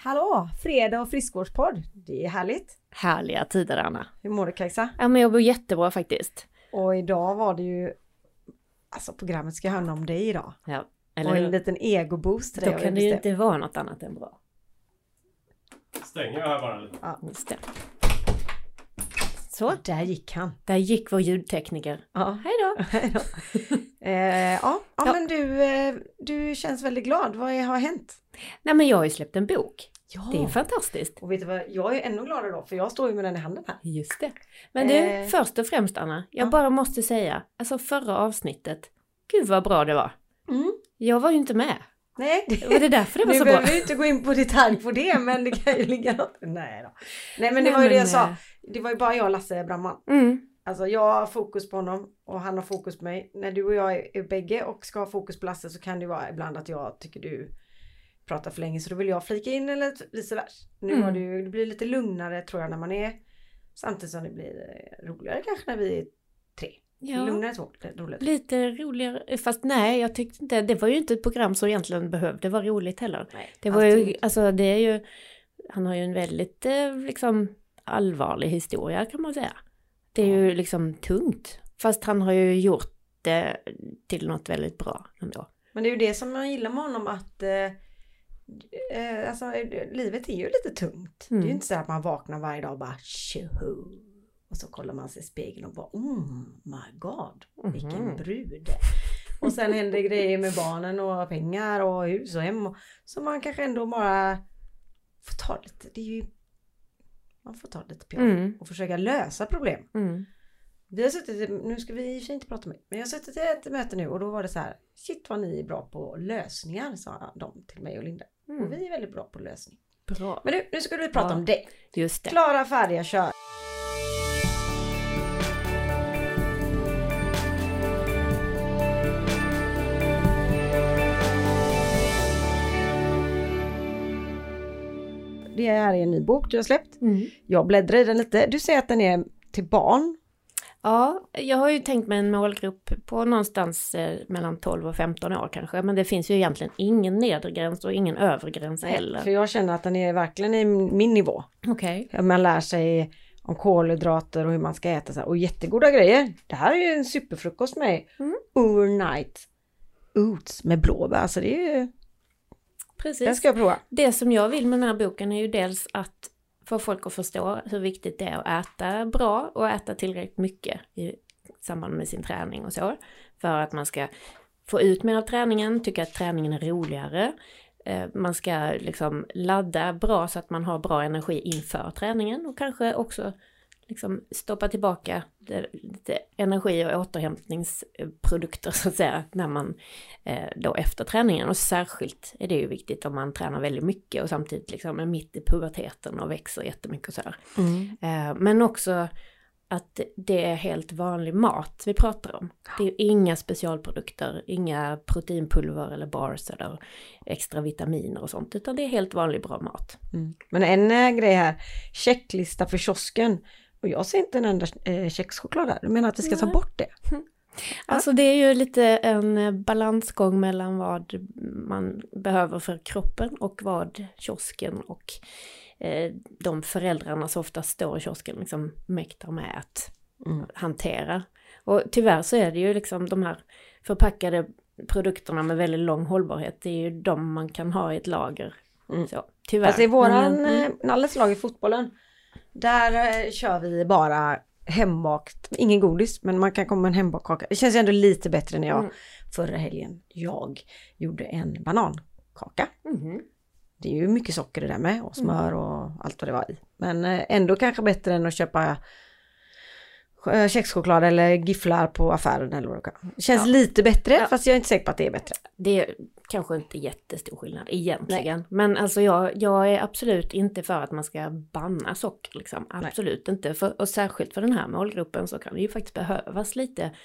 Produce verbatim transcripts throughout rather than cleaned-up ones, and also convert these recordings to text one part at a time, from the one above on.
Hallå, fredag och friskvårdspodd. Det är härligt. Härliga tider, Anna. Hur mår du, Kajsa? Ja, men jag mår jättebra faktiskt. Och idag var det ju... Alltså programmet ska handla om dig idag. Ja. Eller, och en liten egoboost till då dig. kan det ju inte vara något annat än bra. Stänger jag här bara lite. Ja. Just det. Så. Där gick han. Där gick vår ljudtekniker. Ja. Hej då. Hej då. eh, ja, ja, Ja. men du, eh, du känns väldigt glad. Vad är, har hänt? Nej, men jag har ju släppt en bok. Ja. Det är fantastiskt. Och vet du vad? Jag är ännu gladare då. För jag står ju med den i handen här. Just det. Men du, Eh. först och främst Anna. Jag Ja. bara måste säga. Alltså förra avsnittet. Gud vad bra det var. Mm. Jag var ju inte med. Nej, det, Och det är därför det var nu så bra. behöver vi inte gå in på detalj på det. Men det kan ju ligga något. Nej då. Nej, men det Nej, var ju det men, jag sa. eh. Det var ju bara jag och Lasse Bramman. Mm. Alltså jag har fokus på honom och han har fokus på mig. När du och jag är, är bägge och ska ha fokus på Lasse så kan det vara ibland att jag tycker du pratar för länge så då vill jag flika in eller vice versa. Nu Mm. har du, det blir lite lugnare tror jag när man är samtidigt som det blir roligare kanske när vi är tre. Ja. Lugnare två, roligare. Lite roligare. Fast nej, jag tyckte inte. Det var ju inte ett program som egentligen behövde vara roligt heller. Nej, Det var ju, alltid. alltså det är ju, han har ju en väldigt eh, liksom allvarlig historia kan man säga. Det är ju liksom tungt. Fast han har ju gjort det till något väldigt bra ändå. Men det är ju det som man gillar med honom att eh, eh, alltså livet är ju lite tungt. Mm. Det är ju inte så att man vaknar varje dag och bara tjoho. Och så kollar man sig i spegeln och bara oh my god, vilken Mhm. brud. Och sen händer grejer med barnen och pengar och hus och hem. Och, så man kanske ändå bara får ta lite, det är ju, man får ta lite piano Mm. och försöka lösa problem. Mm. Vi har suttit, nu ska vi i och för sig inte prata med, men jag har suttit i ett möte nu och då var det så här, shit vad ni är bra på lösningar, sa de till mig och Linda. Mm. Och vi är väldigt bra på lösning. Bra. Men nu, nu ska vi prata Ja. om det. Just det. Klara, färdiga, kör. Det här är en ny bok du har släppt. Mm. Jag bläddrar i den lite. Du säger att den är till barn. Ja, jag har ju tänkt mig en målgrupp på någonstans eh, mellan tolv och femton år kanske. Men det finns ju egentligen ingen nedre gräns och ingen övre gräns heller. För jag känner att den är verkligen i min nivå. Okej. Man lär sig om kolhydrater och hur man ska äta. Så här. Och jättegoda grejer. Det här är ju en superfrukost med Mm. overnight oats med blåbär. Alltså det är ju... Precis. Den ska jag prova. Det som jag vill med den här boken är ju dels att få folk att förstå hur viktigt det är att äta bra och äta tillräckligt mycket i samband med sin träning och så. För att man ska få ut mer av träningen, tycka att träningen är roligare. Eh, Man ska liksom ladda bra så att man har bra energi inför träningen och kanske också liksom stoppa tillbaka det, lite energi och återhämtningsprodukter så att säga när man eh, då efter träningen. Och särskilt är det ju viktigt om man tränar väldigt mycket och samtidigt liksom är mitt i puberteten och växer jättemycket och så här. Mm. Eh, men också att det är helt vanlig mat vi pratar om. Det är ju inga specialprodukter, inga proteinpulver eller bars eller extra vitaminer och sånt, utan det är helt vanlig bra mat. Mm. Men en äh, grej här. Checklista för kiosken. Och jag ser inte en enda äh, kexchoklad där. Du menar att vi ska ta Nej. bort det? Alltså det är ju lite en balansgång mellan vad man behöver för kroppen och vad kiosken och eh, de föräldrarna som ofta står i kiosken liksom mäktar med att Mm. hantera. Och tyvärr så är det ju liksom de här förpackade produkterna med väldigt lång hållbarhet, det är ju de man kan ha i ett lager. Mm. Så, tyvärr. Alltså i våran Men, äh, mm, Nalles lag i fotbollen. Där äh, kör vi bara hembakt. Ingen godis, men man kan komma med en hembakt kaka. Det känns ju ändå lite bättre när jag Mm. förra helgen jag gjorde en banankaka. mhm. Det är ju mycket socker det där med och smör och allt vad det var i. Men eh, ändå kanske bättre än att köpa eh, kexchoklad eller gifflar på affären eller vad det kan. Det känns Ja. lite bättre Ja. fast jag är inte säker på att det är bättre. Det är kanske inte jättestor skillnad egentligen. Men alltså jag, jag är absolut inte för att man ska banna socker. Liksom. Absolut inte. För, och särskilt för den här målgruppen så kan det ju faktiskt behövas lite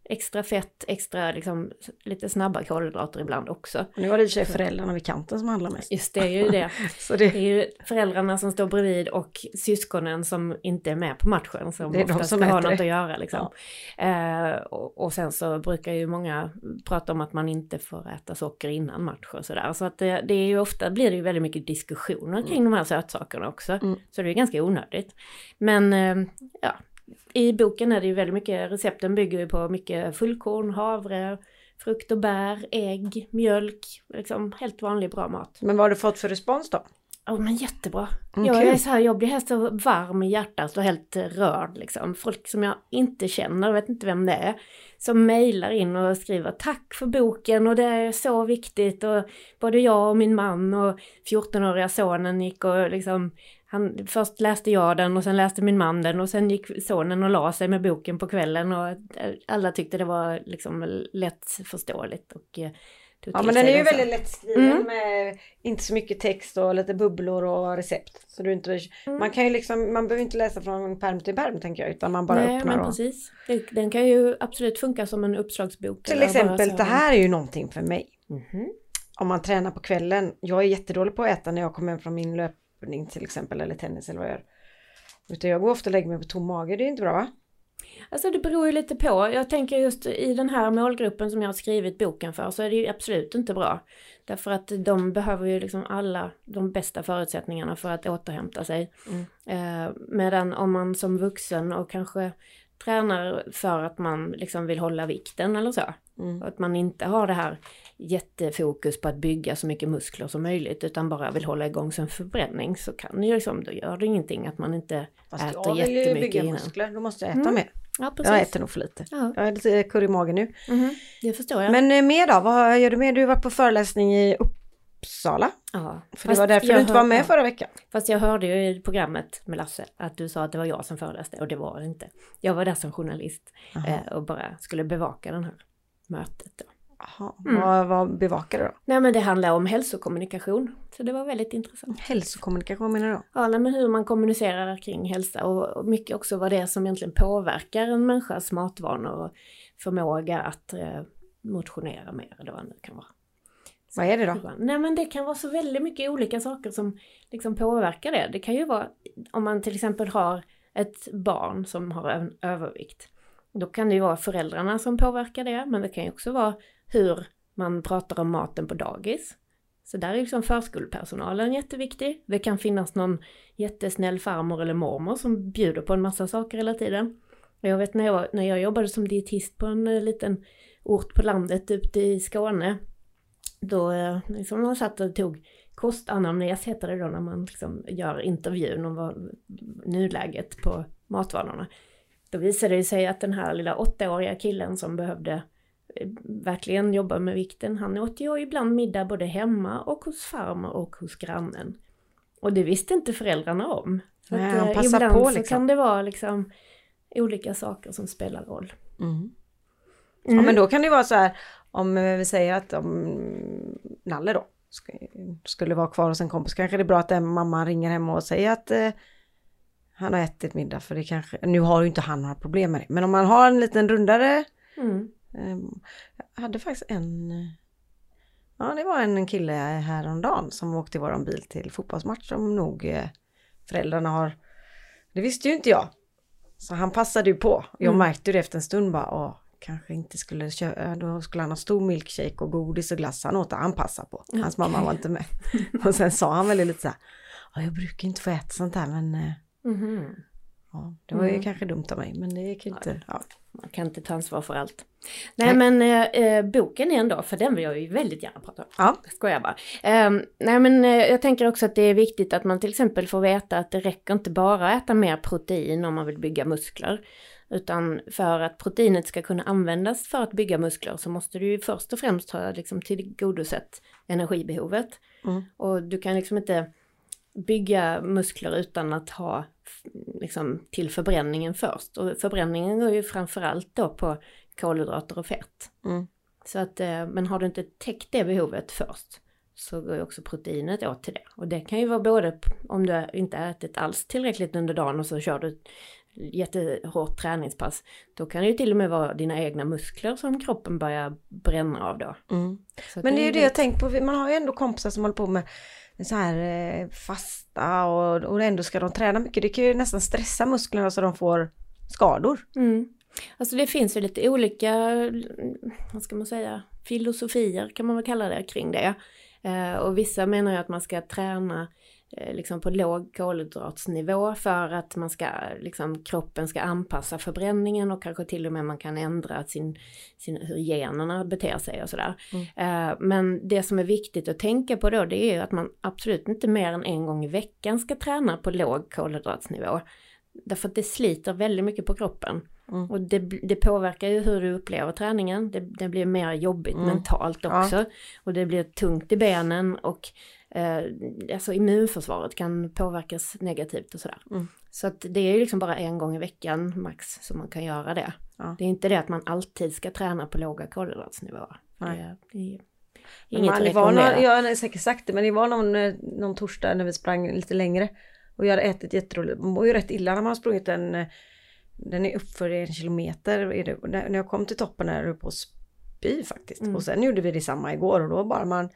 extra fett, extra liksom, lite snabba kolhydrater ibland också. Nu var det i sig föräldrarna vid kanten som handlar mest. Just det är ju det. Så det... det är ju föräldrarna som står bredvid och syskonen som inte är med på matchen som det är ofta de som ska ha äter något det. att göra. Liksom. Ja. Eh, och, och sen så brukar ju många prata om att man inte får äta socker innan match och sådär. Så att det, det är ju ofta blir det ju väldigt mycket diskussioner kring mm. de här sötsakerna också. Mm. Så det är ganska onödigt. Men eh, ja, i boken är det ju väldigt mycket, recepten bygger ju på mycket fullkorn, havre, frukt och bär, ägg, mjölk, liksom helt vanlig bra mat. Men vad har du fått för respons då? Ja, oh, men jättebra. Mm, jag, är så här, jag blir helt så varm i hjärtat och helt rörd. Liksom. Folk som jag inte känner, vet inte vem det är, som mejlar in och skriver tack för boken och det är så viktigt. Och både jag och min man och fjortonåriga sonen gick och liksom, han, först läste jag den och sen läste min man den och sen gick sonen och la sig med boken på kvällen och alla tyckte det var liksom lättförståeligt och ja, men den är ju väldigt lättskriven mm. med inte så mycket text och lite bubblor och recept. Så du inte, mm. man kan ju liksom, man behöver inte läsa från pärm till pärm tänker jag, utan man bara Nej, öppnar. Men och... precis. Den kan ju absolut funka som en uppslagsbok. Till exempel, det här är ju någonting för mig. Mm-hmm. Om man tränar på kvällen, jag är jättedålig på att äta när jag kommer hem från min löpning till exempel, eller tennis eller vad jag gör. Utan jag går ofta och lägger mig på tom mage, det är inte bra va? Alltså det beror ju lite på. Jag tänker just i den här målgruppen som jag har skrivit boken för så är det ju absolut inte bra. Därför att de behöver ju liksom alla de bästa förutsättningarna för att återhämta sig. Mm. Eh, medan om man som vuxen och kanske tränar för att man liksom vill hålla vikten eller så. Mm. Att man inte har det här jättefokus på att bygga så mycket muskler som möjligt utan bara vill hålla igång sin förbränning så kan ju liksom, då gör det ingenting att man inte Fast äter jag vill jättemycket ju bygga innan. muskler, då måste jag äta Mm. mer. Ja, precis. Jag äter nog för lite. Ja. Jag är lite kurr i magen nu. Mm-hmm. Det förstår jag. Men eh, mer då? Vad gör du mer? Du var på föreläsning i Uppsala. Ja. För det var därför du inte var med förra veckan. Fast jag hörde ju i programmet med Lasse att du sa att det var jag som föreläste och det var det inte. Jag var där som journalist eh, och bara skulle bevaka den här mötet då. Jaha, mm. vad, vad bevakar du då? Nej men det handlar om hälsokommunikation. Så det var väldigt intressant. Hälsokommunikation menar du då? Ja, men hur man kommunicerar kring hälsa och mycket också vad det är som egentligen påverkar en människas matvanor och förmåga att eh, motionera mer eller vad det kan vara. Så, vad är det då? Nej men det kan vara så väldigt mycket olika saker som liksom påverkar det. Det kan ju vara om man till exempel har ett barn som har en övervikt. Då kan det ju vara föräldrarna som påverkar det, men det kan ju också vara hur man pratar om maten på dagis. Så där är liksom förskolepersonalen jätteviktig. Det kan finnas någon jättesnäll farmor eller mormor som bjuder på en massa saker hela tiden. Jag vet när jag, när jag jobbade som dietist på en liten ort på landet ute i Skåne. Då liksom man satt och tog kostanamnes heter det då när man liksom gör intervjun om vad nuläget på matvanorna. Då visade det sig att den här lilla åttaåriga killen som behövde verkligen jobba med vikten, han åt ju ibland middag både hemma och hos farmor och hos grannen. Och det visste inte föräldrarna om. Så Nej, att, han passar ibland på, så liksom. kan det vara liksom olika saker som spelar roll. Mm. Mm. Ja men då kan det vara så här, om vi säger att om Nalle då skulle vara kvar hos en kompis, kanske det är bra att den mamman ringer hem och säger att eh, han har ätit middag, för det kanske, nu har ju inte han några problem med det, men om man har en liten rundare Mm. eh, jag hade faktiskt en ja det var en kille häromdagen som åkte i våran bil till fotbollsmatch som nog eh, föräldrarna har, det visste ju inte jag, så han passade ju på, jag Mm. märkte ju det efter en stund bara, åh kanske inte skulle köra, då skulle han ha stor milkshake och godis och glass, han åt det, han passade på. Hans okay. mamma var inte med. Och sen sa han väl lite så här, ja jag brukar inte få äta sånt här, men Mm-hmm. ja, det var ju Mm. kanske dumt av mig, men det gick inte. Ja. Man kan inte ta ansvar för allt. Nej, nej. men eh, boken är ändå, för den vill jag ju väldigt gärna prata om. Ja. Ska jag bara. Eh, nej men eh, jag tänker också att det är viktigt att man till exempel får veta att det räcker inte bara att äta mer protein om man vill bygga muskler. Utan för att proteinet ska kunna användas för att bygga muskler så måste du ju först och främst ha liksom tillgodosett energibehovet. Mm. Och du kan liksom inte bygga muskler utan att ha liksom till förbränningen först. Och förbränningen går ju framförallt då på kolhydrater och fett. Mm. Så att, men har du inte täckt det behovet först så går ju också proteinet åt till det. Och det kan ju vara både om du inte ätit alls tillräckligt under dagen och så kör du jättehårt träningspass, då kan det ju till och med vara dina egna muskler som kroppen börjar bränna av då. Mm. Men det är ju det jag tänker på, man har ju ändå kompisar som håller på med så här fasta och, och ändå ska de träna mycket. Det kan ju nästan stressa musklerna så de får skador. Mm. Alltså det finns ju lite olika, vad ska man säga, filosofier kan man väl kalla det kring det. Eh, och vissa menar ju att man ska träna eh, liksom på låg kolhydratsnivå för att man ska, liksom, kroppen ska anpassa förbränningen och kanske till och med man kan ändra sin, sin, hur generna beter sig och sådär. Mm. Eh, men det som är viktigt att tänka på då, det är ju att man absolut inte mer än en gång i veckan ska träna på låg kolhydratsnivå. Därför att det sliter väldigt mycket på kroppen. Mm. Och det, det påverkar ju hur du upplever träningen. Det, det blir mer jobbigt mm. mentalt också. Ja. Och det blir tungt i benen. Och eh, alltså immunförsvaret kan påverkas negativt och sådär. Mm. Så att det är ju liksom bara en gång i veckan max som man kan göra det. Ja. Det är inte det att man alltid ska träna på låga kolhydratsnivåer. Det, det är inget att rekommendera. Jag har säkert sagt det, men det var någon, någon torsdag när vi sprang lite längre. Och jag hade ätit jätteroligt. Man mår ju rätt illa när man har sprungit en... Den är uppför en kilometer. Är det, när jag kom till toppen är det på spy faktiskt. Mm. Och sen gjorde vi det samma igår. Och då bara man...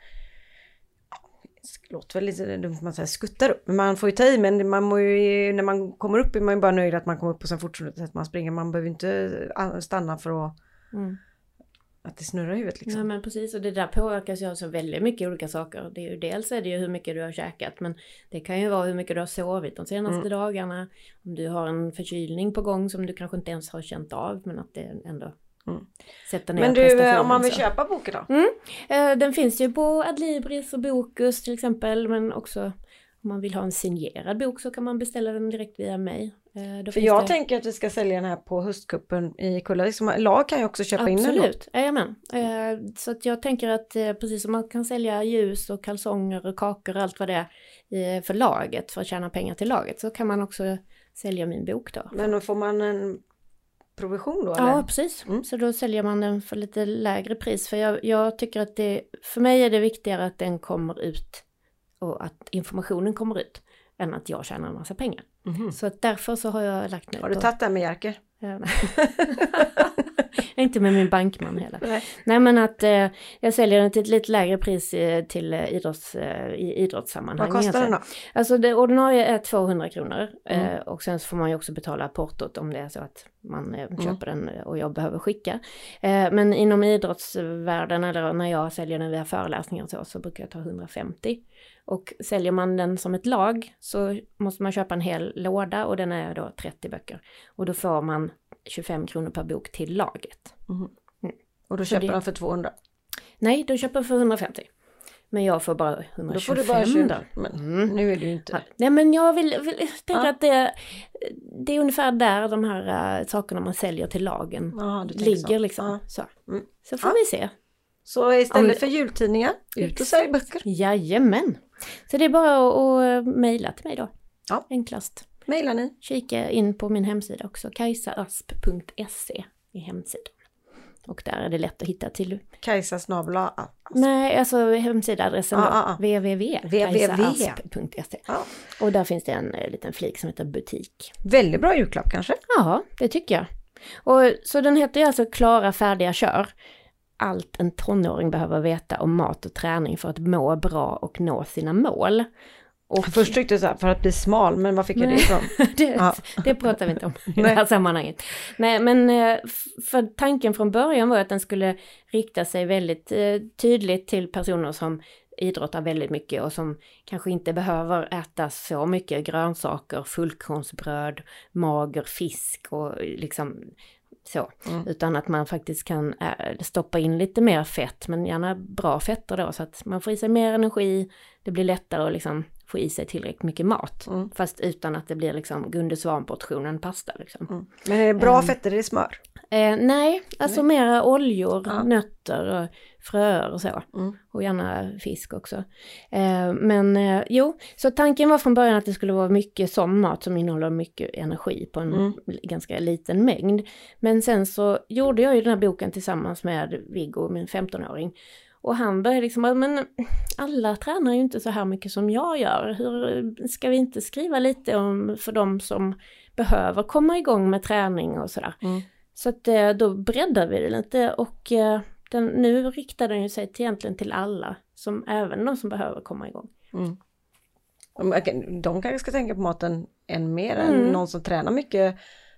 Det låter väl lite dumt man säger skuttar upp. Men man får ju ta i. Men man må ju, när man kommer upp är man ju bara nöjd att man kommer upp och sen fortsätter att man springer. Man behöver inte stanna för att... Mm. Att det snurrar i huvudet liksom. Ja men precis, och det där påverkas ju alltså väldigt mycket olika saker. Det är ju, dels är det ju hur mycket du har käkat, men det kan ju vara hur mycket du har sovit de senaste mm. dagarna. Om du har en förkylning på gång som du kanske inte ens har känt av, men att det ändå mm. sätter ner. Men du, om man vill så. köpa boken då? Mm. Eh, den finns ju på Adlibris och Bokus till exempel, men också om man vill ha en signerad bok så kan man beställa den direkt via mig. Eh, För jag det... tänker att vi ska sälja den här på höstkuppen i Kulla. Liksom, lag kan ju också köpa Absolut. in den. Absolut, jajamän. Eh, så att jag tänker att eh, precis som man kan sälja ljus och kalsonger och kakor och allt vad det är eh, för laget, för att tjäna pengar till laget, så kan man också sälja min bok då. Men då får man en provision då? Eller? Ja, precis. Mm. Så då säljer man den för lite lägre pris. För jag, jag tycker att det, för mig är det viktigare att den kommer ut och att informationen kommer ut än att jag tjänar en massa pengar. Mm-hmm. Så att därför så har jag lagt ner. Har du på... tagit det med Jerker? Ja, inte med min bankman heller. Nej, nej men att eh, jag säljer den till ett lite lägre pris eh, till eh, idrotts, eh, i idrottssammanhang. Vad kostar den då? Alltså det ordinarie är tvåhundra kronor. Mm. Eh, och sen så får man ju också betala portot om det är så att man eh, köper mm. den och jag behöver skicka. Eh, men inom idrottsvärlden eller när jag säljer den via föreläsningar och så, så brukar jag ta hundrafemtio. Och säljer man den som ett lag så måste man köpa en hel låda och den är då trettio böcker. Och då får man tjugofem kronor per bok till laget. Mm. Mm. Och då så köper det... man för tvåhundra? Nej, då köper jag för hundrafemtio. Men jag får bara hundratjugofem. Då får du bara tjugo. Men mm. nu är det ju inte... Ja. Nej, men jag vill, vill jag tänker ja. att det, det är ungefär där de här uh, sakerna man säljer till lagen ja, ligger så. liksom. Ja. Så. Mm. så får ja. vi se. Så istället för jultidningar, ut och sälj böcker. Jajamän. Så det är bara att, att mejla till mig då. Ja. Enklast. Mejlar ni? Kika in på min hemsida också. kajsaasp punkt se i hemsidan. Och där är det lätt att hitta till. Kajsa snabel-a. Nej, alltså hemsidaadressen ah, ah, ah. w w w punkt kajsaasp punkt se. Ah. Och där finns det en liten flik som heter butik. Väldigt bra julklapp kanske? Ja, det tycker jag. Och så den heter ju alltså Klara färdiga kör. Allt en tonåring behöver veta om mat och träning för att må bra och nå sina mål. Och först tyckte jag så här, för att bli smal, men vad fick jag det ifrån? det, ja. det pratar vi inte om i det här sammanhanget. Nej, men för tanken från början var att den skulle rikta sig väldigt tydligt till personer som idrottar väldigt mycket och som kanske inte behöver äta så mycket grönsaker, fullkornsbröd, mager fisk och liksom... Så, mm. utan att man faktiskt kan äh, stoppa in lite mer fett, men gärna bra fetter då, så att man får i sig mer energi, det blir lättare att liksom få i sig tillräckligt mycket mat, mm. fast utan att det blir liksom Gunde Svan-portionen pasta liksom. Mm. Men är det bra um, fetter, är det smör? Eh, nej, alltså nej. mera oljor, ja. nötter och fröer och så. Mm. Och gärna fisk också. Eh, men eh, jo, så tanken var från början att det skulle vara mycket sån mat som innehåller mycket energi på en mm. ganska liten mängd. Men sen så gjorde jag ju den här boken tillsammans med Viggo, min femtonåring. Och han började liksom, men alla tränar ju inte så här mycket som jag gör. Hur ska vi inte skriva lite om för de som behöver komma igång med träning och sådär. Mm. Så att då breddar vi det lite och den, nu riktar den ju sig till, egentligen till alla, som även de som behöver komma igång. Mm. De kanske ska tänka på maten än mer mm. än någon som tränar mycket,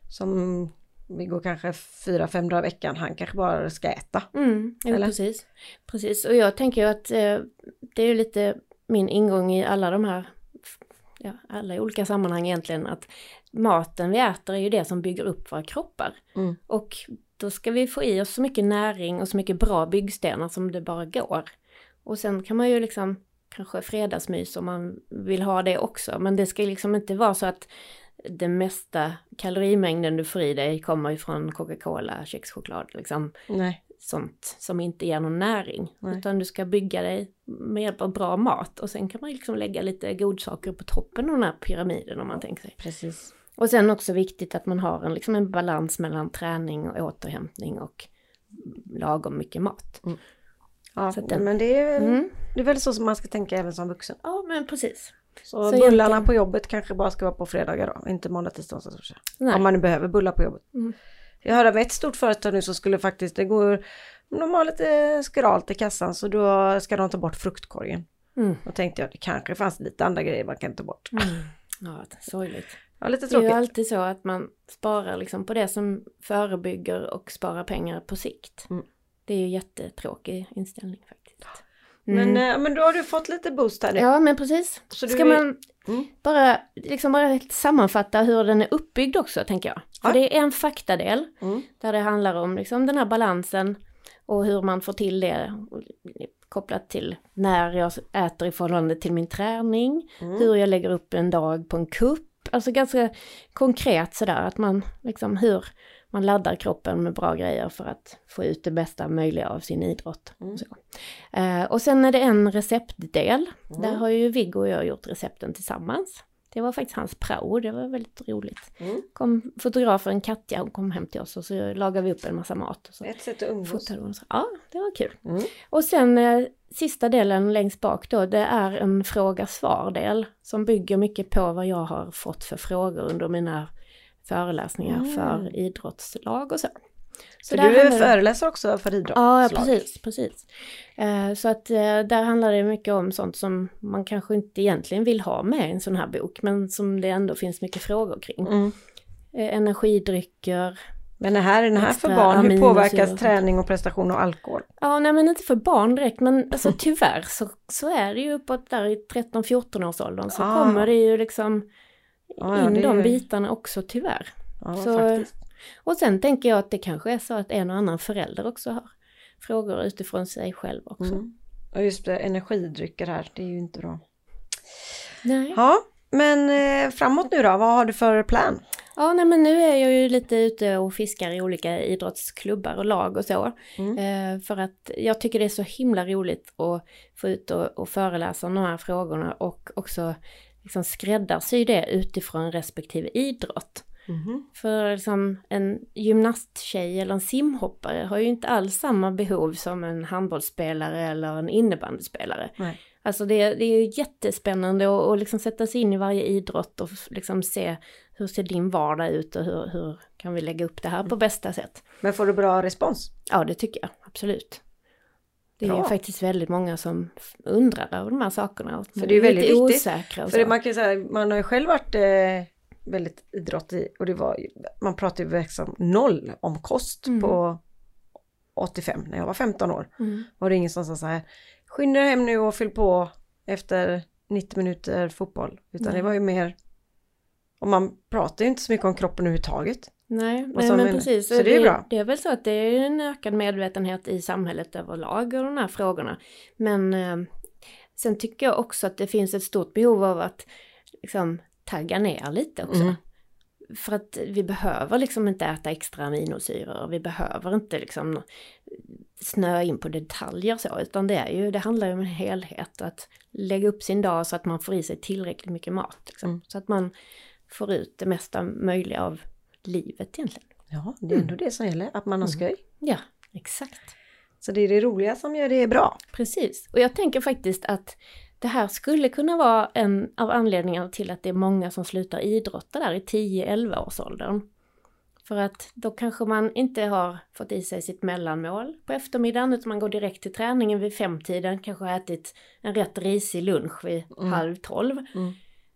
som vi går kanske fyra, fem dagar i veckan. Han kanske bara ska äta. Mm, jo, precis. precis. Och jag tänker ju att eh, det är ju lite min ingång i alla de här, ja, alla olika sammanhang egentligen, att maten vi äter är ju det som bygger upp våra kroppar. Mm. Och då ska vi få i oss så mycket näring och så mycket bra byggstenar som det bara går. Och sen kan man ju liksom kanske fredagsmys om man vill ha det också. Men det ska liksom inte vara så att den mesta kalorimängden du får i dig kommer ifrån Coca-Cola, kexchoklad, liksom. Nej. Sånt som inte ger någon näring. Nej. Utan du ska bygga dig med bra mat. Och sen kan man liksom lägga lite godsaker på toppen av den här pyramiden om man tänker sig. Precis. Och sen också viktigt att man har en, liksom en balans mellan träning och återhämtning och lagom mycket mat. Mm. Ja, den, men det är, mm. det är väl så som man ska tänka även som vuxen. Ja, men precis. Så, så bullarna egentligen på jobbet kanske bara ska vara på fredagar då, inte måndag, tisdag, onsdag, torsdag. Om man nu behöver bullar på jobbet. Mm. Jag hörde med ett stort företag nu så skulle faktiskt, det går, de har lite skralt i kassan så då ska de ta bort fruktkorgen. Mm. Och tänkte jag, det kanske fanns lite andra grejer man kan ta bort. Mm. Ja, det är sorgligt. Ja, lite tråkigt. Det är ju alltid så att man sparar liksom på det som förebygger och sparar pengar på sikt. Mm. Det är ju jättetråkig inställning faktiskt. Mm. Men, men då har du fått lite boost här nu. Ja, men precis. Så Ska du... man mm. bara, liksom bara sammanfatta hur den är uppbyggd också, tänker jag. För ja. Det är en faktadel mm. där det handlar om liksom den här balansen och hur man får till det kopplat till när jag äter i förhållande till min träning, mm. hur jag lägger upp en dag på en kupp. Alltså ganska konkret sådär, att man liksom hur man laddar kroppen med bra grejer för att få ut det bästa möjliga av sin idrott. Mm. Så. Eh, och sen är det en receptdel. Mm. Där har ju Viggo och jag gjort recepten tillsammans. Det var faktiskt hans prao, det var väldigt roligt. Mm. Kom fotografen Katja, hon kom hem till oss och så lagade vi upp en massa mat. Och så ett sätt att umgås. Ja, det var kul. Mm. Och sen eh, sista delen längst bak då, det är en fråga-svar-del som bygger mycket på vad jag har fått för frågor under mina föreläsningar mm. för idrottslag och så. Så du är föreläsare också för idrottslag? Ja, precis. precis. Eh, så att eh, där handlar det mycket om sånt som man kanske inte egentligen vill ha med i en sån här bok, men som det ändå finns mycket frågor kring. Mm. Eh, energidrycker. Men det här är den här för barn, hur påverkas träning och prestation och alkohol? Ja, nej men inte för barn direkt, men alltså, tyvärr så, så är det ju uppåt där i tretton fjorton års åldern så ah. kommer det ju liksom ah, ja, in de är... bitarna också tyvärr. Ja, så, faktiskt. Och sen tänker jag att det kanske är så att en och annan förälder också har frågor utifrån sig själv också. Mm. Och just det, energidrycker här, det är ju inte bra. Nej. Ja, men eh, framåt nu då, vad har du för plan? Ja, nej, men nu är jag ju lite ute och fiskar i olika idrottsklubbar och lag och så. Mm. Eh, för att jag tycker det är så himla roligt att få ut och, och föreläsa om de här frågorna och också liksom skräddarsy det utifrån respektive idrott. Mm. För liksom en gymnasttjej eller en simhoppare har ju inte alls samma behov som en handbollsspelare eller en innebandyspelare. Nej. Alltså det, det är ju jättespännande att, att liksom sätta sig in i varje idrott och liksom se hur ser din vardag ut och hur, hur kan vi lägga upp det här på bästa sätt. Men får du bra respons? Ja, det tycker jag, absolut. Det är bra. Ju faktiskt väldigt många som undrar över de här sakerna. För det är ju väldigt viktigt. Osäkra och för så. Man kan säga, man har ju själv varit eh, väldigt idrott i, och det var man pratade ju liksom noll om kost mm. på åttiofem när jag var femton år. Mm. Var det ingen som sa så här, skynda hem nu och fyll på efter nittio minuter fotboll. Utan mm. det var ju mer, och man pratar ju inte så mycket om kroppen överhuvudtaget. Nej, nej men en, precis. Så det, det är bra. Det är väl så att det är en ökad medvetenhet i samhället överlag och de här frågorna. Men eh, sen tycker jag också att det finns ett stort behov av att liksom tagga ner lite också. Mm. För att vi behöver liksom inte äta extra aminosyror. Vi behöver inte liksom snöa in på detaljer så. Utan det, är ju, det handlar ju om en helhet. Att lägga upp sin dag så att man får i sig tillräckligt mycket mat. Liksom. Mm. Så att man får ut det mesta möjliga av livet egentligen. Ja, det är ändå mm. det som gäller. Att man har skoj. Mm. Ja, exakt. Så det är det roliga som gör det bra. Precis. Och jag tänker faktiskt att det här skulle kunna vara en av anledningarna till att det är många som slutar idrotta där i tio till elva års åldern. För att då kanske man inte har fått i sig sitt mellanmål på eftermiddagen, utan man går direkt till träningen vid femtiden, kanske har ätit en rätt risig lunch vid mm. halv tolv. Mm.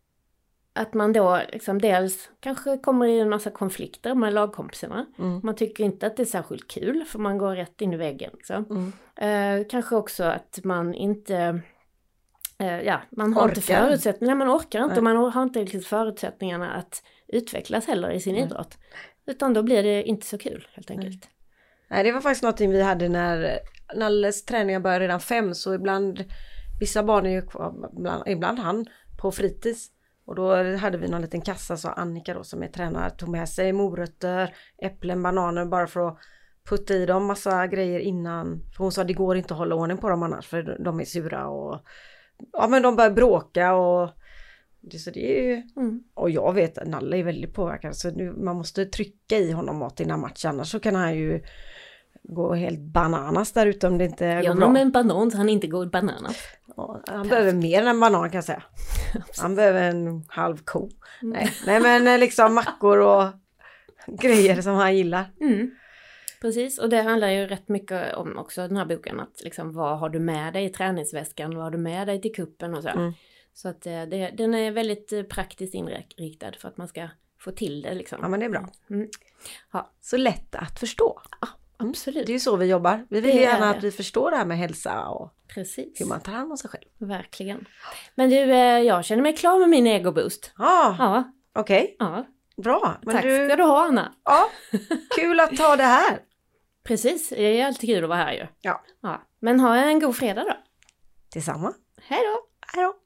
Att man då liksom dels kanske kommer i en massa konflikter med lagkompisarna. Mm. Man tycker inte att det är särskilt kul, för man går rätt in i väggen. Liksom. Mm. Eh, kanske också att man inte... Uh, ja, man har orkar. inte förutsättningar, man orkar inte, och man har inte riktigt förutsättningarna att utvecklas heller i sin Nej. idrott. Utan då blir det inte så kul, helt enkelt. Nej, Nej det var faktiskt någonting vi hade när Nalles träningar började redan fem, så ibland, vissa barn är ju kvar, ibland, ibland han på fritids. Och då hade vi någon liten kassa, så Annika då som är tränare tog med sig morötter, äpplen, bananer, bara för att putta i dem massa grejer innan. För hon sa att det går inte att hålla ordning på dem annars, för de är sura och ja, men de börjar bråka och det, så det är ju, mm. och jag vet att Nalle är väldigt påverkad, så nu, man måste trycka i honom mat innan matchen, annars så kan han ju gå helt bananas där ute om det inte ja, går bra. Ja, med en banan så han inte går bananas. Ja, han Perfekt. behöver mer än en banan kan jag säga. Han behöver en halv ko. Mm. Nej, nej, men liksom mackor och grejer som han gillar. Mm. Precis, och det handlar ju rätt mycket om också den här boken, att liksom, vad har du med dig i träningsväskan, vad har du med dig till kuppen och så. Mm. Så att det, den är väldigt praktiskt inriktad för att man ska få till det liksom. Ja, men det är bra. Mm. Ja. Så lätt att förstå. Ja, absolut. Det är ju så vi jobbar. Vi vill det gärna att vi förstår det här med hälsa och Precis. hur man tar hand om sig själv. Verkligen. Men du, jag känner mig klar med min ego-boost. Ah, ja, okej. Okay. Ja. Bra. Men Tack du... ska du ha, Anna. Ja, kul att ta det här. Precis, det är alltid kul att vara här ju. Ja. Ja. Men ha en god fredag då. Detsamma. Hej då. Hej då.